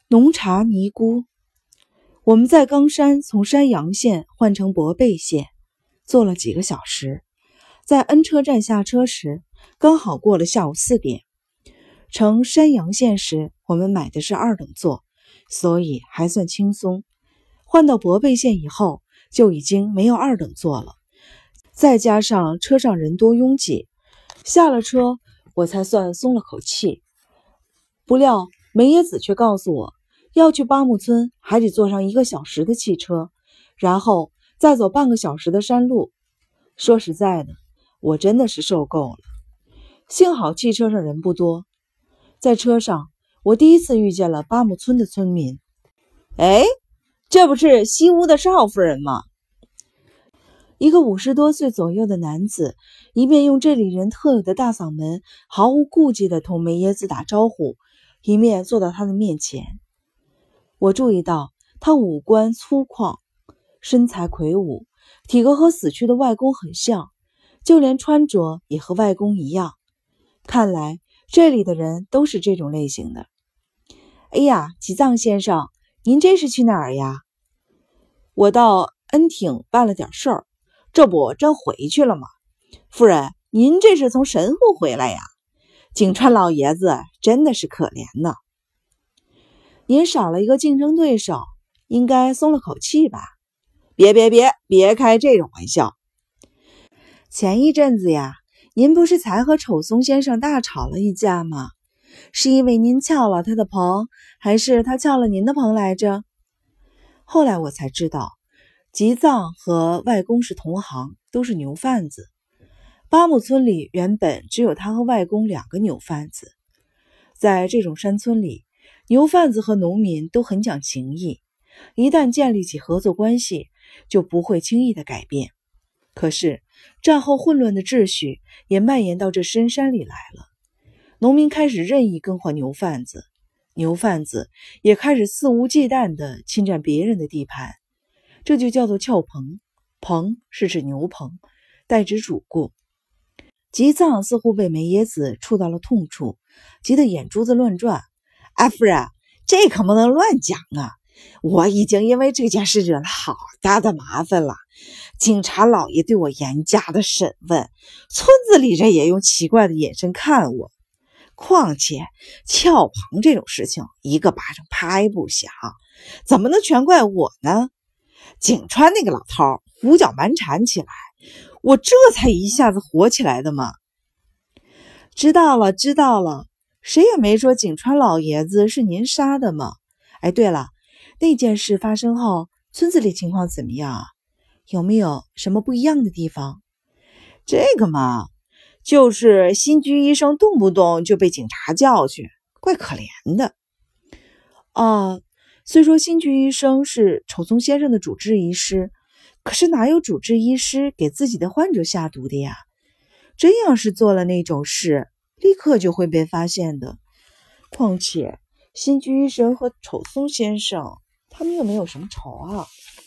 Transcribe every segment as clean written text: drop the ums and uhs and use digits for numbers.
浓茶尼姑。我们在冈山从山阳线换乘博贝线，坐了几个小时。在恩车站下车时，刚好过了下午4点。乘山阳线时，我们买的是2等座，所以还算轻松。换到博贝线以后，就已经没有2等座了。再加上车上人多拥挤，下了车我才算松了口气。不料梅野子却告诉我，要去八木村还得坐上1个小时的汽车，然后再走半个小时的山路。说实在的，我真的是受够了。幸好汽车上人不多，在车上我第一次遇见了八木村的村民。 哎，这不是西屋的少夫人吗？ 一个50多岁左右的男子，一面用这里人特有的大嗓门毫无顾忌地同梅野子打招呼，一面坐到他的面前。我注意到他五官粗犷，身材魁梧，体格和死去的外公很像，就连穿着也和外公一样。看来这里的人都是这种类型的。哎呀，吉藏先生，您这是去哪儿呀？ 我到恩町办了点事儿，这不真回去了吗？夫人，您这是从神户回来呀？景川老爷子真的是可怜呢。 您少了一个竞争对手，应该松了口气吧？ 别开这种玩笑。 前一阵子呀，您不是才和丑松先生大吵了一架吗？是因为您撬了他的棚，还是他撬了您的棚来着？后来我才知道，吉藏和外公是同行，都是牛贩子。八木村里原本只有他和外公2个牛贩子。在这种山村里，牛贩子和农民都很讲情义，一旦建立起合作关系，就不会轻易的改变。可是战后混乱的秩序也蔓延到这深山里来了，农民开始任意更换牛贩子，牛贩子也开始肆无忌惮地侵占别人的地盘，这就叫做撬棚。棚是指牛棚，代指主顾。吉藏似乎被梅野子触到了痛处，急得眼珠子乱转。 夫人，这可不能乱讲啊！我已经因为这件事惹了好大的麻烦了。警察老爷对我严加的审问，村子里人也用奇怪的眼神看我。况且撬棚这种事情，一个巴掌拍不响，怎么能全怪我呢？景川那个老头胡搅蛮缠起来，我这才一下子火起来的嘛。 知道了，谁也没说景川老爷子是您杀的嘛。哎，对了，那件事发生后，村子里情况怎么样啊？有没有什么不一样的地方？ 这个嘛，就是新居医生动不动就被警察叫去，怪可怜的。 虽说新居医生是丑松先生的主治医师，可是哪有主治医师给自己的患者下毒的呀？真要是做了那种事，立刻就会被发现的。况且新居医生和丑松先生他们又没有什么仇啊。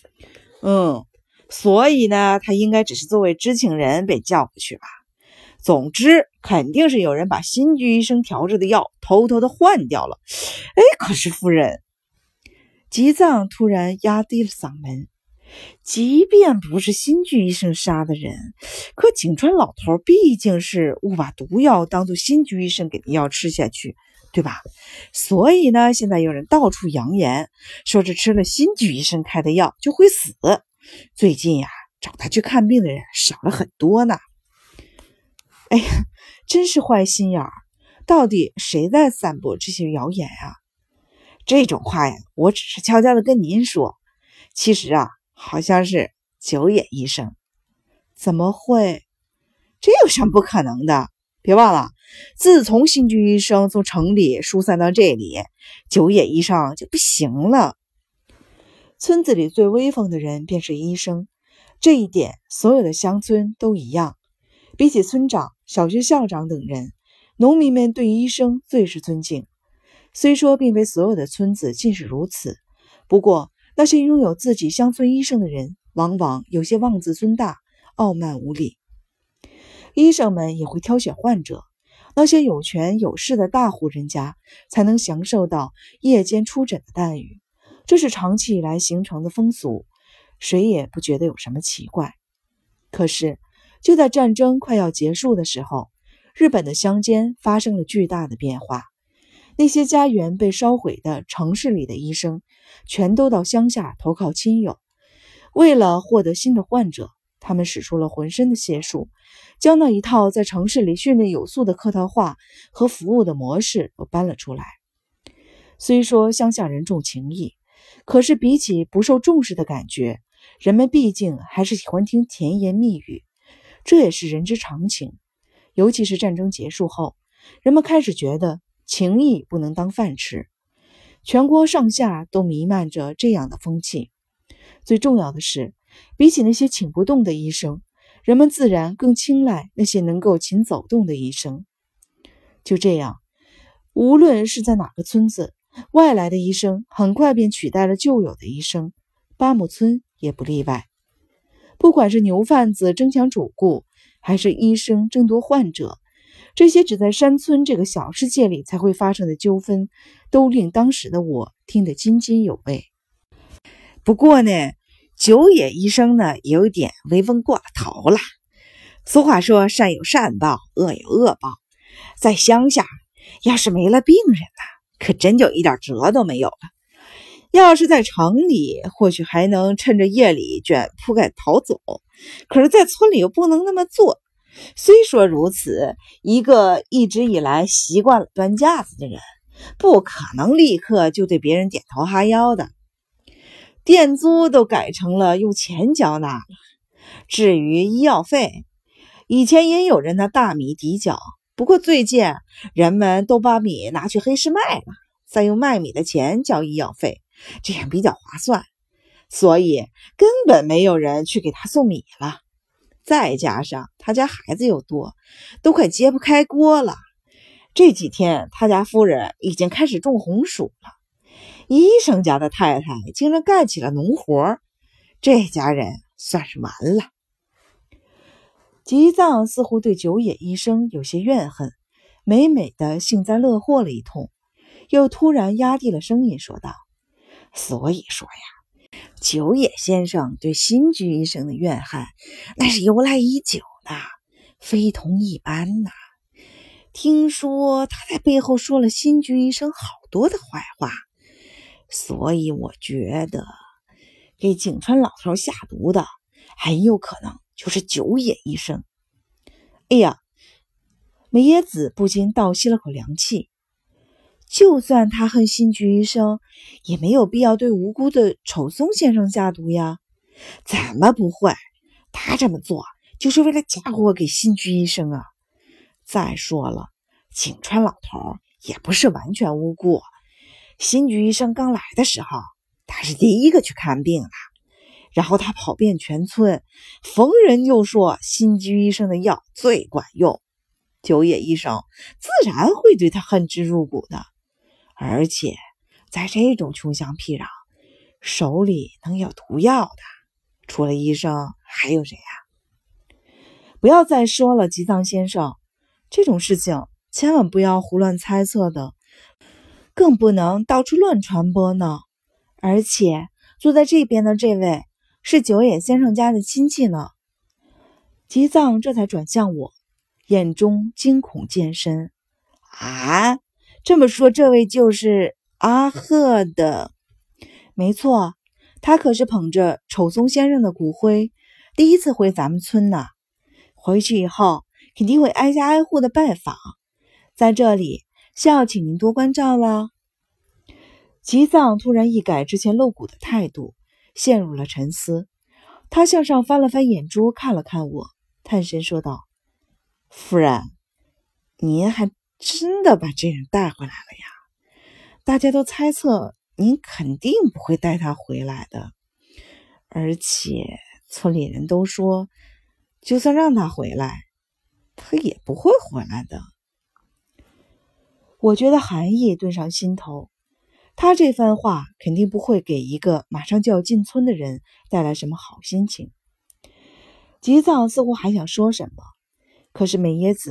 所以呢，他应该只是作为知情人被叫过去吧。总之肯定是有人把新居医生调制的药偷偷的换掉了。可是夫人， 吉藏突然压低了嗓门， 即便不是新居医生杀的人，可景川老头毕竟是误把毒药当做新居医生给的药吃下去，对吧？所以呢，现在有人到处扬言说这吃了新居医生开的药就会死。最近呀，找他去看病的人少了很多呢。 哎呀，真是坏心眼儿！到底谁在散播这些谣言啊？ 这种话呀，我只是悄悄的跟您说。其实啊，好像是久野医生。 怎么会？ 这有什么不可能的？别忘了，自从新居医生从城里疏散到这里，久野医生就不行了。 村子里最威风的人便是医生，这一点所有的乡村都一样。比起村长、小学校长等人，农民们对医生最是尊敬。虽说并非所有的村子尽是如此，不过那些拥有自己乡村医生的人，往往有些妄自尊大、傲慢无礼。医生们也会挑选患者， 那些有权有势的大户人家才能享受到夜间出诊的待遇，这是长期以来形成的风俗，谁也不觉得有什么奇怪。可是就在战争快要结束的时候，日本的乡间发生了巨大的变化，那些家园被烧毁的城市里的医生全都到乡下投靠亲友，为了获得新的患者，他们使出了浑身的解数，将那一套在城市里训练有素的客套话和服务的模式都搬了出来。虽说乡下人重情义，可是比起不受重视的感觉，人们毕竟还是喜欢听甜言蜜语，这也是人之常情。尤其是战争结束后，人们开始觉得情义不能当饭吃，全国上下都弥漫着这样的风气。最重要的是，比起那些请不动的医生，人们自然更青睐那些能够勤走动的医生。就这样，无论是在哪个村子，外来的医生很快便取代了旧有的医生，八木村也不例外。不管是牛贩子争抢主顾，还是医生争夺患者，这些只在山村这个小世界里才会发生的纠纷，都令当时的我听得津津有味。 不过呢，久野医生呢也有点威风过了头了。俗话说善有善报，恶有恶报，在乡下要是没了病人呢，可真就一点辙都没有了。要是在城里，或许还能趁着夜里卷铺盖逃走，可是在村里又不能那么做。虽说如此，一个一直以来习惯了端架子的人，不可能立刻就对别人点头哈腰的。店租都改成了用钱缴纳了。至于医药费，以前也有人拿大米抵缴，不过最近人们都把米拿去黑市卖了，再用卖米的钱交医药费，这样比较划算，所以根本没有人去给他送米了。再加上他家孩子又多，都快揭不开锅了。这几天他家夫人已经开始种红薯了，医生家的太太竟然干起了农活，这家人算是完了。 吉藏似乎对久野医生有些怨恨，美美的幸灾乐祸了一通，又突然压低了声音说道： 所以说呀，久野先生对新居医生的怨恨那是由来已久的，非同一般呐。听说他在背后说了新居医生好多的坏话，所以我觉得给景川老头下毒的很有可能就是久野医生。 哎呀，美野子不禁倒吸了口凉气。就算他恨新居医生，也没有必要对无辜的丑松先生下毒呀。 怎么不会？他这么做就是为了嫁祸给新居医生啊。再说了，景川老头也不是完全无辜。新居医生刚来的时候，他是第一个去看病的，然后他跑遍全村，逢人就说新居医生的药最管用，久野医生自然会对他恨之入骨的。而且在这种穷乡僻壤，手里能有毒药的，除了医生还有谁呀？ 不要再说了，吉藏先生，这种事情千万不要胡乱猜测的，更不能到处乱传播呢。而且坐在这边的这位是久野先生家的亲戚呢。吉藏这才转向我，眼中惊恐渐深。 啊，这么说这位就是阿贺的？ 没错，他可是捧着丑松先生的骨灰第一次回咱们村呢。回去以后肯定会挨家挨户的拜访，在这里需要请您多关照了。吉藏突然一改之前露骨的态度，陷入了沉思。他向上翻了翻眼珠，看了看我，探身说道： 夫人，您还真的把这人带回来了呀？大家都猜测您肯定不会带他回来的，而且村里人都说，就算让他回来，他也不会回来的。 我觉得寒意顿上心头，他这番话肯定不会给一个马上就要进村的人带来什么好心情。吉藏似乎还想说什么，可是美野子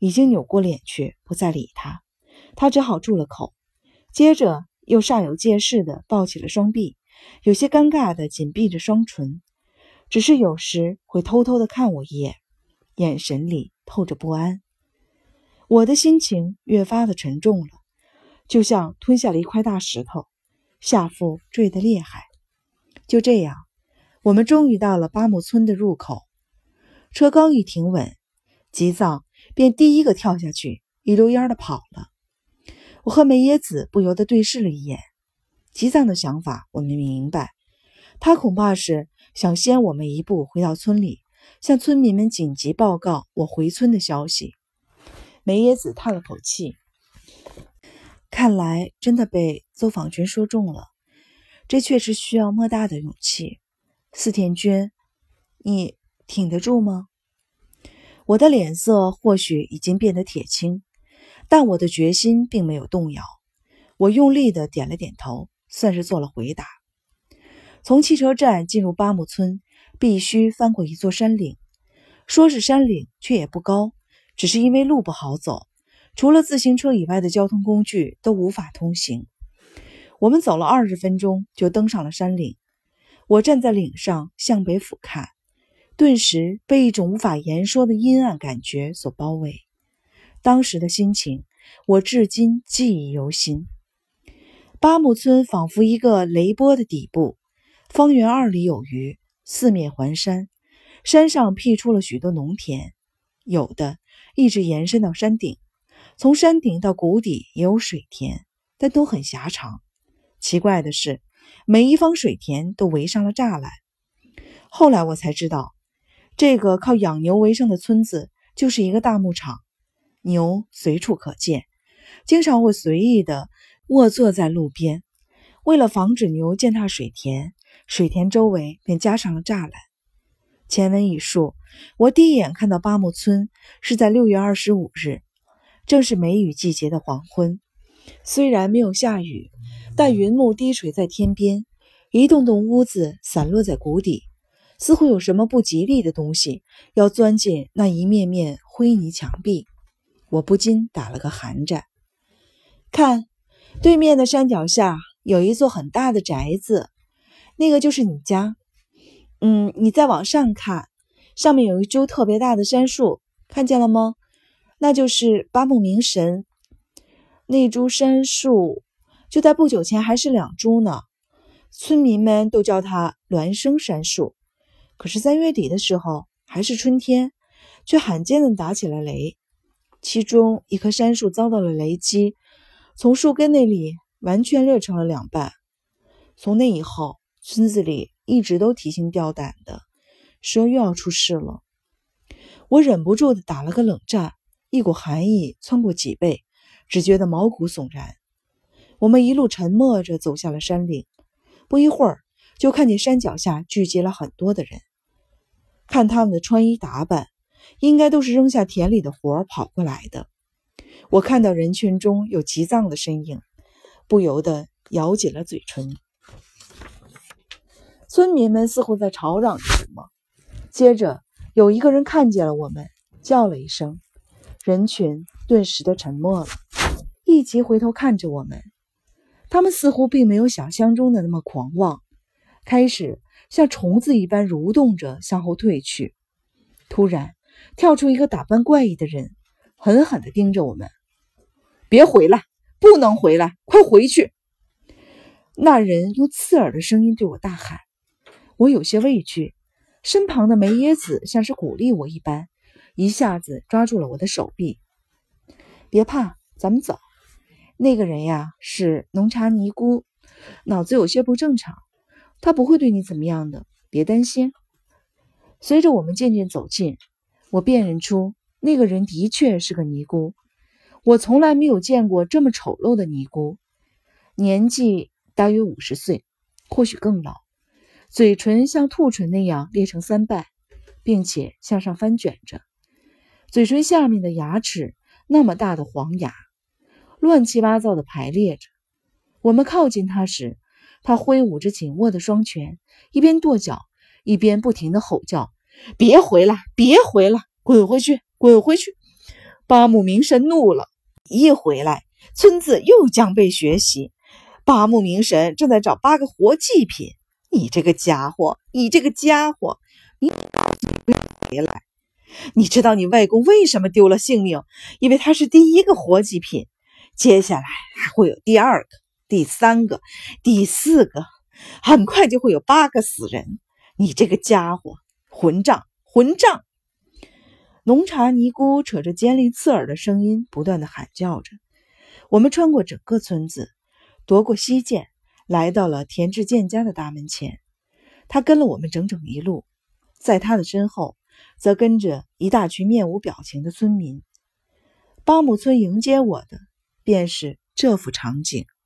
已经扭过脸去，不再理他。他只好住了口，接着又煞有介事地抱起了双臂，有些尴尬地紧闭着双唇，只是有时会偷偷地看我一眼，眼神里透着不安。我的心情越发的沉重了，就像吞下了一块大石头，下腹坠得厉害。就这样，我们终于到了巴木村的入口。车刚一停稳，吉藏便第一个跳下去，一溜烟的跑了。我和梅野子不由得对视了一眼。吉藏的想法我们明白，他恐怕是想先我们一步回到村里，向村民们紧急报告我回村的消息。梅野子叹了口气，看来真的被邹访君说中了，这确实需要莫大的勇气。四田君，你挺得住吗？我的脸色或许已经变得铁青，但我的决心并没有动摇。我用力地点了点头，算是做了回答。从汽车站进入巴木村，必须翻过一座山岭。说是山岭，却也不高，只是因为路不好走，除了自行车以外的交通工具都无法通行。我们走了20分钟就登上了山岭。我站在岭上向北俯瞰，顿时被一种无法言说的阴暗感觉所包围。当时的心情，我至今记忆犹新。巴木村仿佛一个雷波的底部，方圆2里有余，四面环山，山上辟出了许多农田，有的一直延伸到山顶，从山顶到谷底也有水田，但都很狭长。奇怪的是，每一方水田都围上了栅栏。后来我才知道，这个靠养牛为生的村子就是一个大牧场，牛随处可见，经常会随意地卧坐在路边。为了防止牛践踏水田，水田周围便加上了栅栏。前文已述，我第一眼看到巴木村是在6月25日，正是梅雨季节的黄昏。虽然没有下雨，但云幕低垂在天边，一栋栋屋子散落在谷底，似乎有什么不吉利的东西要钻进那一面面灰泥墙壁。我不禁打了个寒战。看，对面的山脚下有一座很大的宅子，那个就是你家。你再往上看，上面有一株特别大的杉树，看见了吗？那就是巴木明神。那株杉树就在不久前还是2株呢，村民们都叫它孪生杉树。可是3月底的时候，还是春天，却罕见地打起了雷，其中一棵杉树遭到了雷击，从树根那里完全裂成了2半。从那以后，村子里一直都提心吊胆的，说又要出事了。我忍不住地打了个冷战，一股寒意窜过脊背，只觉得毛骨悚然。我们一路沉默着走下了山岭，不一会儿就看见山脚下聚集了很多的人。看他们的穿衣打扮，应该都是扔下田里的活跑过来的。我看到人群中有吉藏的身影，不由得咬紧了嘴唇。村民们似乎在吵嚷着什么，接着有一个人看见了我们，叫了一声，人群顿时的沉默了，一齐回头看着我们。他们似乎并没有想象中的那么狂妄，开始像虫子一般蠕动着向后退去。突然跳出一个打扮怪异的人，狠狠地盯着我们。别回来，不能回来，快回去！那人用刺耳的声音对我大喊。我有些畏惧，身旁的梅野子像是鼓励我一般，一下子抓住了我的手臂。别怕，咱们走。那个人呀，是农茶尼姑，脑子有些不正常，他不会对你怎么样的，别担心。随着我们渐渐走近，我辨认出那个人的确是个尼姑。我从来没有见过这么丑陋的尼姑，年纪大约50岁，或许更老，嘴唇像兔唇那样裂成3瓣，并且向上翻卷着，嘴唇下面的牙齿那么大的黄牙，乱七八糟的排列着。我们靠近他时，他挥舞着紧握的双拳，一边跺脚，一边不停地吼叫：别回来，别回来，滚回去，滚回去！ 巴木明神怒了，一回来，村子又将被血洗。巴木明神正在找8个活祭品。你这个家伙，你这个家伙，你不要回来！你知道你外公为什么丢了性命？因为他是第1个活祭品，接下来还会有第2个、第3个、第4个，很快就会有8个死人。你这个家伙，混账，混账！浓茶尼姑扯着尖利刺耳的声音不断地喊叫着。我们穿过整个村子，夺过西涧，来到了田志健家的大门前。他跟了我们整整1路，在他的身后则跟着一大群面无表情的村民。巴木村迎接我的便是这幅场景。